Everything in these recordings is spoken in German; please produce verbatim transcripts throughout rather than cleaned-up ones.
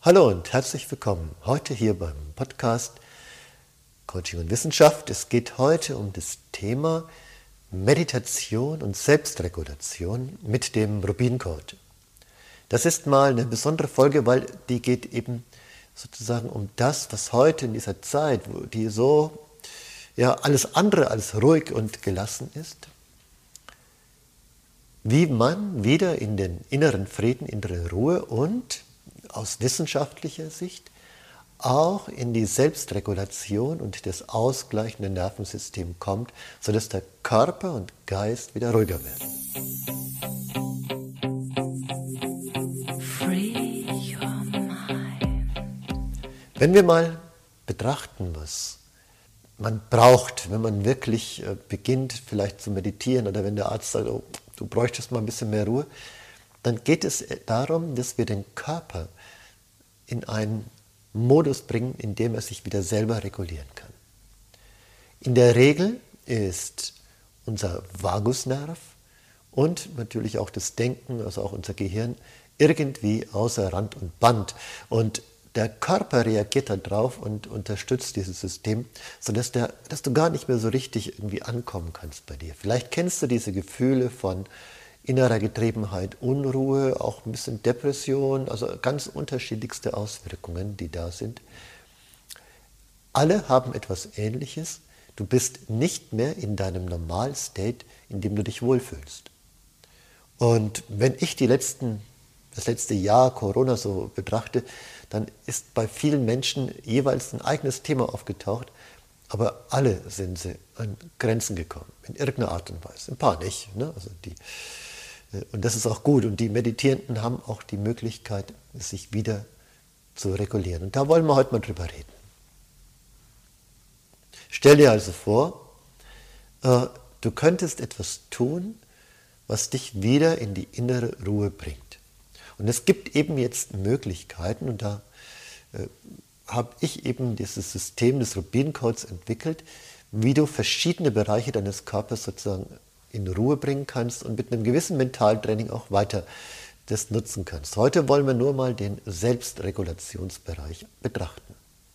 Hallo und herzlich willkommen heute hier beim Podcast Coaching und Wissenschaft. Es geht heute um das Thema Meditation und Selbstregulation mit dem Rubin-Code. Das ist mal eine besondere Folge, weil die geht eben sozusagen um das, was heute in dieser Zeit, wo die so ja, alles andere als ruhig und gelassen ist, wie man wieder in den inneren Frieden, innere Ruhe und aus wissenschaftlicher Sicht auch in die Selbstregulation und das ausgleichende Nervensystem kommt, sodass der Körper und Geist wieder ruhiger werden. Free your mind. Wenn wir mal betrachten, was man braucht, wenn man wirklich beginnt, vielleicht zu meditieren oder wenn der Arzt sagt, oh, du bräuchtest mal ein bisschen mehr Ruhe, dann geht es darum, dass wir den Körper in einen Modus bringen, in dem er sich wieder selber regulieren kann. In der Regel ist unser Vagusnerv und natürlich auch das Denken, also auch unser Gehirn, irgendwie außer Rand und Band. Und der Körper reagiert darauf und unterstützt dieses System, sodass der, dass du gar nicht mehr so richtig irgendwie ankommen kannst bei dir. Vielleicht kennst du diese Gefühle von innerer Getriebenheit, Unruhe, auch ein bisschen Depression, also ganz unterschiedlichste Auswirkungen, die da sind. Alle haben etwas Ähnliches. Du bist nicht mehr in deinem Normal-State, in dem du dich wohlfühlst. Und wenn ich die letzten, das letzte Jahr Corona so betrachte, dann ist bei vielen Menschen jeweils ein eigenes Thema aufgetaucht, aber alle sind sie an Grenzen gekommen, in irgendeiner Art und Weise. Ein paar nicht, ne? Also die, und das ist auch gut. Und die Meditierenden haben auch die Möglichkeit, sich wieder zu regulieren. Und da wollen wir heute mal drüber reden. Stell dir also vor, äh, du könntest etwas tun, was dich wieder in die innere Ruhe bringt. Und es gibt eben jetzt Möglichkeiten, und da äh, habe ich eben dieses System des Rubin-Codes entwickelt, wie du verschiedene Bereiche deines Körpers sozusagen in Ruhe bringen kannst und mit einem gewissen Mentaltraining auch weiter das nutzen kannst. Heute wollen wir nur mal den Selbstregulationsbereich betrachten.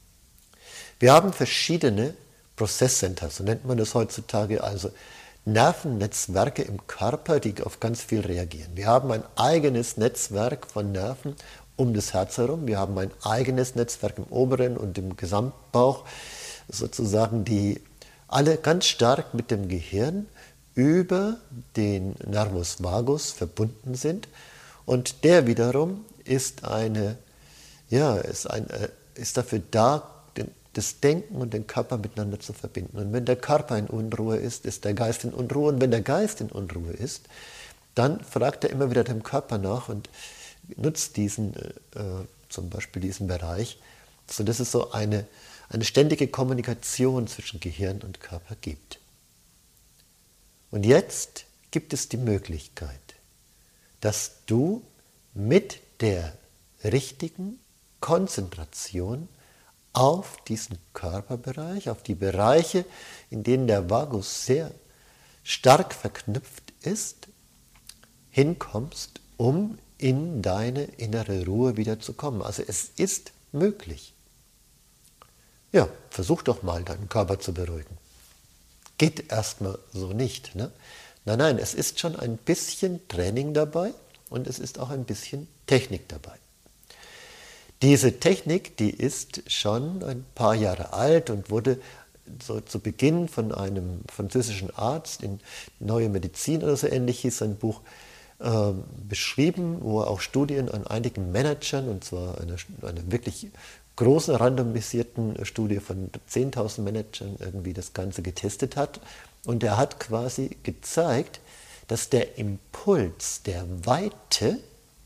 Wir haben verschiedene Prozesscenter, so nennt man das heutzutage, also Nervennetzwerke im Körper, die auf ganz viel reagieren. Wir haben ein eigenes Netzwerk von Nerven um das Herz herum, wir haben ein eigenes Netzwerk im oberen und im Gesamtbauch, sozusagen, die alle ganz stark mit dem Gehirn über den Nervus vagus verbunden sind, und der wiederum ist, eine, ja, ist, ein, ist dafür da, den, das Denken und den Körper miteinander zu verbinden. Und wenn der Körper in Unruhe ist, ist der Geist in Unruhe. Und wenn der Geist in Unruhe ist, dann fragt er immer wieder dem Körper nach und nutzt diesen, äh, zum Beispiel diesen Bereich, sodass es so eine, eine ständige Kommunikation zwischen Gehirn und Körper gibt. Und jetzt gibt es die Möglichkeit, dass du mit der richtigen Konzentration auf diesen Körperbereich, auf die Bereiche, in denen der Vagus sehr stark verknüpft ist, hinkommst, um in deine innere Ruhe wieder zu kommen. Also es ist möglich. Ja, versuch doch mal, deinen Körper zu beruhigen. Geht erstmal so nicht. Ne? Nein, nein, es ist schon ein bisschen Training dabei und es ist auch ein bisschen Technik dabei. Diese Technik, die ist schon ein paar Jahre alt und wurde so zu Beginn von einem französischen Arzt in Neue Medizin oder so ähnlich hieß sein Buch, äh, beschrieben, wo er auch Studien an einigen Managern, und zwar eine, eine wirklich großen randomisierten Studie von zehntausend Managern irgendwie das Ganze getestet hat. Und er hat quasi gezeigt, dass der Impuls der Weite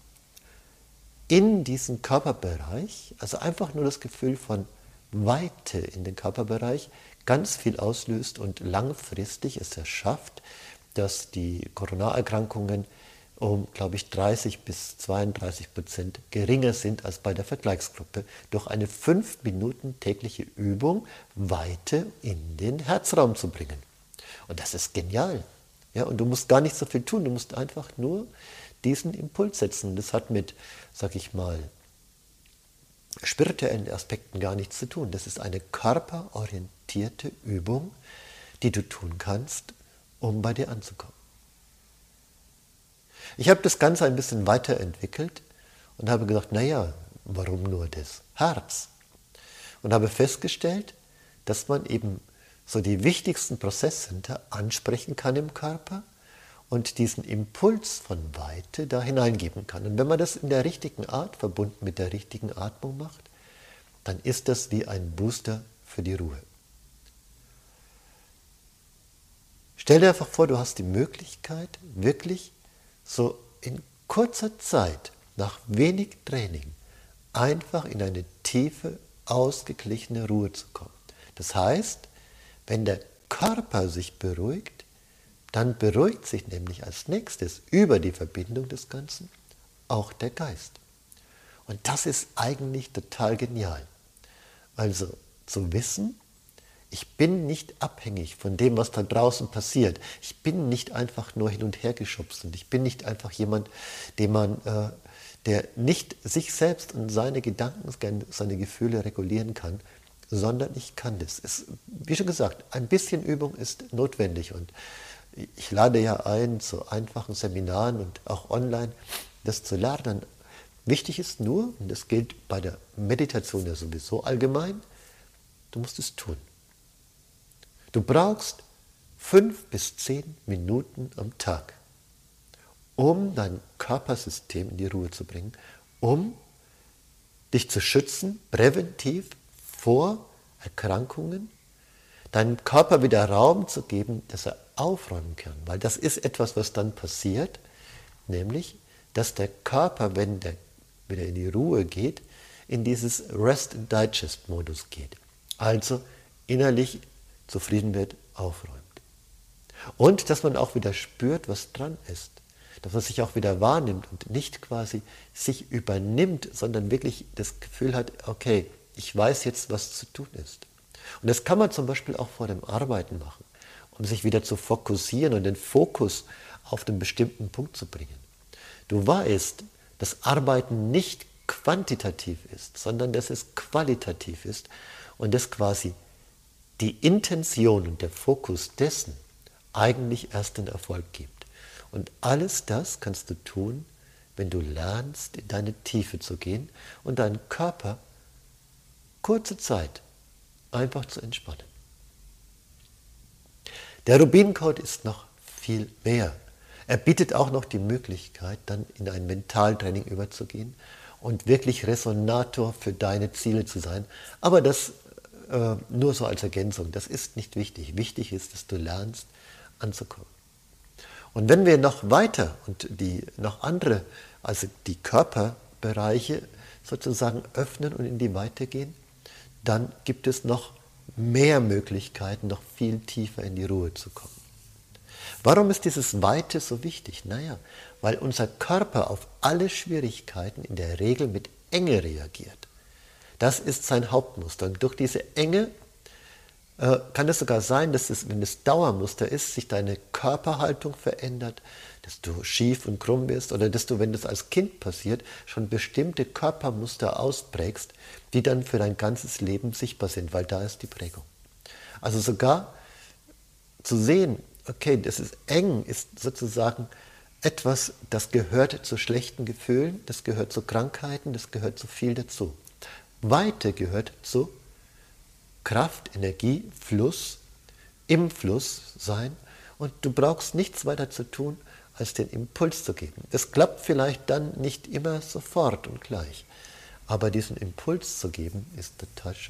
in diesen Körperbereich, also einfach nur das Gefühl von Weite in den Körperbereich, ganz viel auslöst und langfristig es erschafft, dass die Coronarerkrankungen um, glaube ich, dreißig bis zweiunddreißig Prozent geringer sind als bei der Vergleichsgruppe durch eine fünf Minuten tägliche Übung, Weite in den Herzraum zu bringen. Und das ist genial. Ja, und du musst gar nicht so viel tun, du musst einfach nur diesen Impuls setzen. Das hat mit, sag ich mal, spirituellen Aspekten gar nichts zu tun. Das ist eine körperorientierte Übung, die du tun kannst, um bei dir anzukommen. Ich habe das Ganze ein bisschen weiterentwickelt und habe gesagt, naja, warum nur das Herz? Und habe festgestellt, dass man eben so die wichtigsten Prozesscenter ansprechen kann im Körper und diesen Impuls von Weite da hineingeben kann. Und wenn man das in der richtigen Art, verbunden mit der richtigen Atmung macht, dann ist das wie ein Booster für die Ruhe. Stell dir einfach vor, du hast die Möglichkeit, wirklich so in kurzer Zeit, nach wenig Training, einfach in eine tiefe, ausgeglichene Ruhe zu kommen. Das heißt, wenn der Körper sich beruhigt, dann beruhigt sich nämlich als nächstes über die Verbindung des Ganzen auch der Geist. Und das ist eigentlich total genial. Also zu wissen, ich bin nicht abhängig von dem, was da draußen passiert. Ich bin nicht einfach nur hin und her geschubst und ich bin nicht einfach jemand, dem man, äh, der nicht sich selbst und seine Gedanken, seine Gefühle regulieren kann, sondern ich kann das. Es, wie schon gesagt, ein bisschen Übung ist notwendig und ich lade ja ein zu einfachen Seminaren und auch online, das zu lernen. Wichtig ist nur, und das gilt bei der Meditation ja sowieso allgemein, du musst es tun. Du brauchst fünf bis zehn Minuten am Tag, um dein Körpersystem in die Ruhe zu bringen, um dich zu schützen, präventiv vor Erkrankungen, deinem Körper wieder Raum zu geben, dass er aufräumen kann. Weil das ist etwas, was dann passiert, nämlich, dass der Körper, wenn der wieder in die Ruhe geht, in dieses Rest-Digest-Modus geht. Also innerlich zufrieden wird, aufräumt. Und dass man auch wieder spürt, was dran ist. Dass man sich auch wieder wahrnimmt und nicht quasi sich übernimmt, sondern wirklich das Gefühl hat, okay, ich weiß jetzt, was zu tun ist. Und das kann man zum Beispiel auch vor dem Arbeiten machen, um sich wieder zu fokussieren und den Fokus auf den bestimmten Punkt zu bringen. Du weißt, dass Arbeiten nicht quantitativ ist, sondern dass es qualitativ ist und dass quasi die Intention und der Fokus dessen eigentlich erst den Erfolg gibt. Und alles das kannst du tun, wenn du lernst, in deine Tiefe zu gehen und deinen Körper kurze Zeit einfach zu entspannen. Der Rubinencode ist noch viel mehr. Er bietet auch noch die Möglichkeit, dann in ein Mentaltraining überzugehen und wirklich Resonator für deine Ziele zu sein. Aber das äh, nur so als Ergänzung, das ist nicht wichtig. Wichtig ist, dass du lernst, anzukommen. Und wenn wir noch weiter und die noch andere, also die Körperbereiche sozusagen öffnen und in die Weite gehen, dann gibt es noch mehr Möglichkeiten, noch viel tiefer in die Ruhe zu kommen. Warum ist dieses Weite so wichtig? Naja, weil unser Körper auf alle Schwierigkeiten in der Regel mit Enge reagiert. Das ist sein Hauptmuster. Und durch diese Enge äh, kann es sogar sein, dass es, wenn es Dauermuster ist, sich deine Körperhaltung verändert, dass du schief und krumm wirst oder dass du, wenn das als Kind passiert, schon bestimmte Körpermuster ausprägst, die dann für dein ganzes Leben sichtbar sind, weil da ist die Prägung. Also sogar zu sehen, okay, das ist eng, ist sozusagen etwas, das gehört zu schlechten Gefühlen, das gehört zu Krankheiten, das gehört zu viel dazu. Weite gehört zu Kraft, Energie, Fluss, im Fluss sein und du brauchst nichts weiter zu tun, als den Impuls zu geben. Das klappt vielleicht dann nicht immer sofort und gleich, aber diesen Impuls zu geben, ist total schön.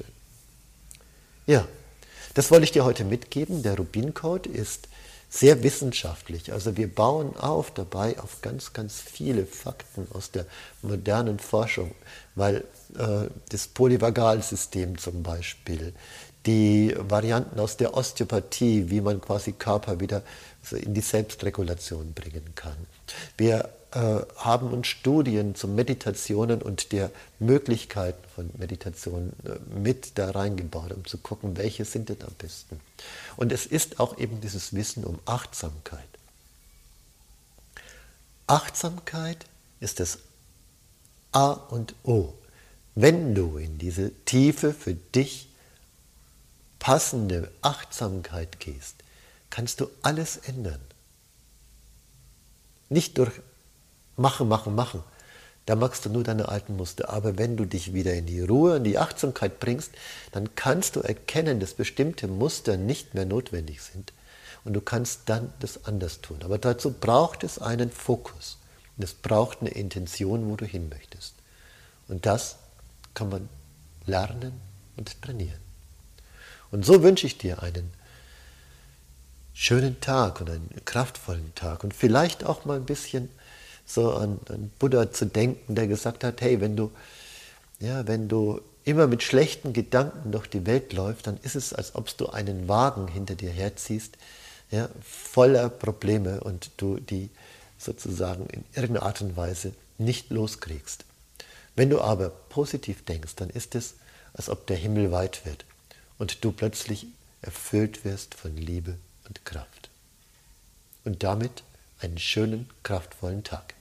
Ja, das wollte ich dir heute mitgeben. Der Rubinencode ist sehr wissenschaftlich. Also wir bauen auf dabei auf ganz, ganz viele Fakten aus der modernen Forschung, weil äh, das Polyvagalsystem zum Beispiel, die Varianten aus der Osteopathie, wie man quasi Körper wieder so in die Selbstregulation bringen kann. Wir äh, haben uns Studien zu Meditationen und der Möglichkeiten von Meditation äh, mit da reingebaut, um zu gucken, welche sind denn am besten. Und es ist auch eben dieses Wissen um Achtsamkeit. Achtsamkeit ist das A und O. Wenn du in diese tiefe, für dich passende Achtsamkeit gehst, kannst du alles ändern. Nicht durch machen, machen, machen. Da machst du nur deine alten Muster. Aber wenn du dich wieder in die Ruhe, in die Achtsamkeit bringst, dann kannst du erkennen, dass bestimmte Muster nicht mehr notwendig sind. Und du kannst dann das anders tun. Aber dazu braucht es einen Fokus. Und es braucht eine Intention, wo du hin möchtest. Und das kann man lernen und trainieren. Und so wünsche ich dir einen schönen Tag und einen kraftvollen Tag. Und vielleicht auch mal ein bisschen so an, an Buddha zu denken, der gesagt hat, hey, wenn du, ja, wenn du immer mit schlechten Gedanken durch die Welt läufst, dann ist es, als ob du einen Wagen hinter dir herziehst, ja, voller Probleme und du die sozusagen in irgendeiner Art und Weise nicht loskriegst. Wenn du aber positiv denkst, dann ist es, als ob der Himmel weit wird und du plötzlich erfüllt wirst von Liebe und Kraft. Und damit einen schönen, kraftvollen Tag.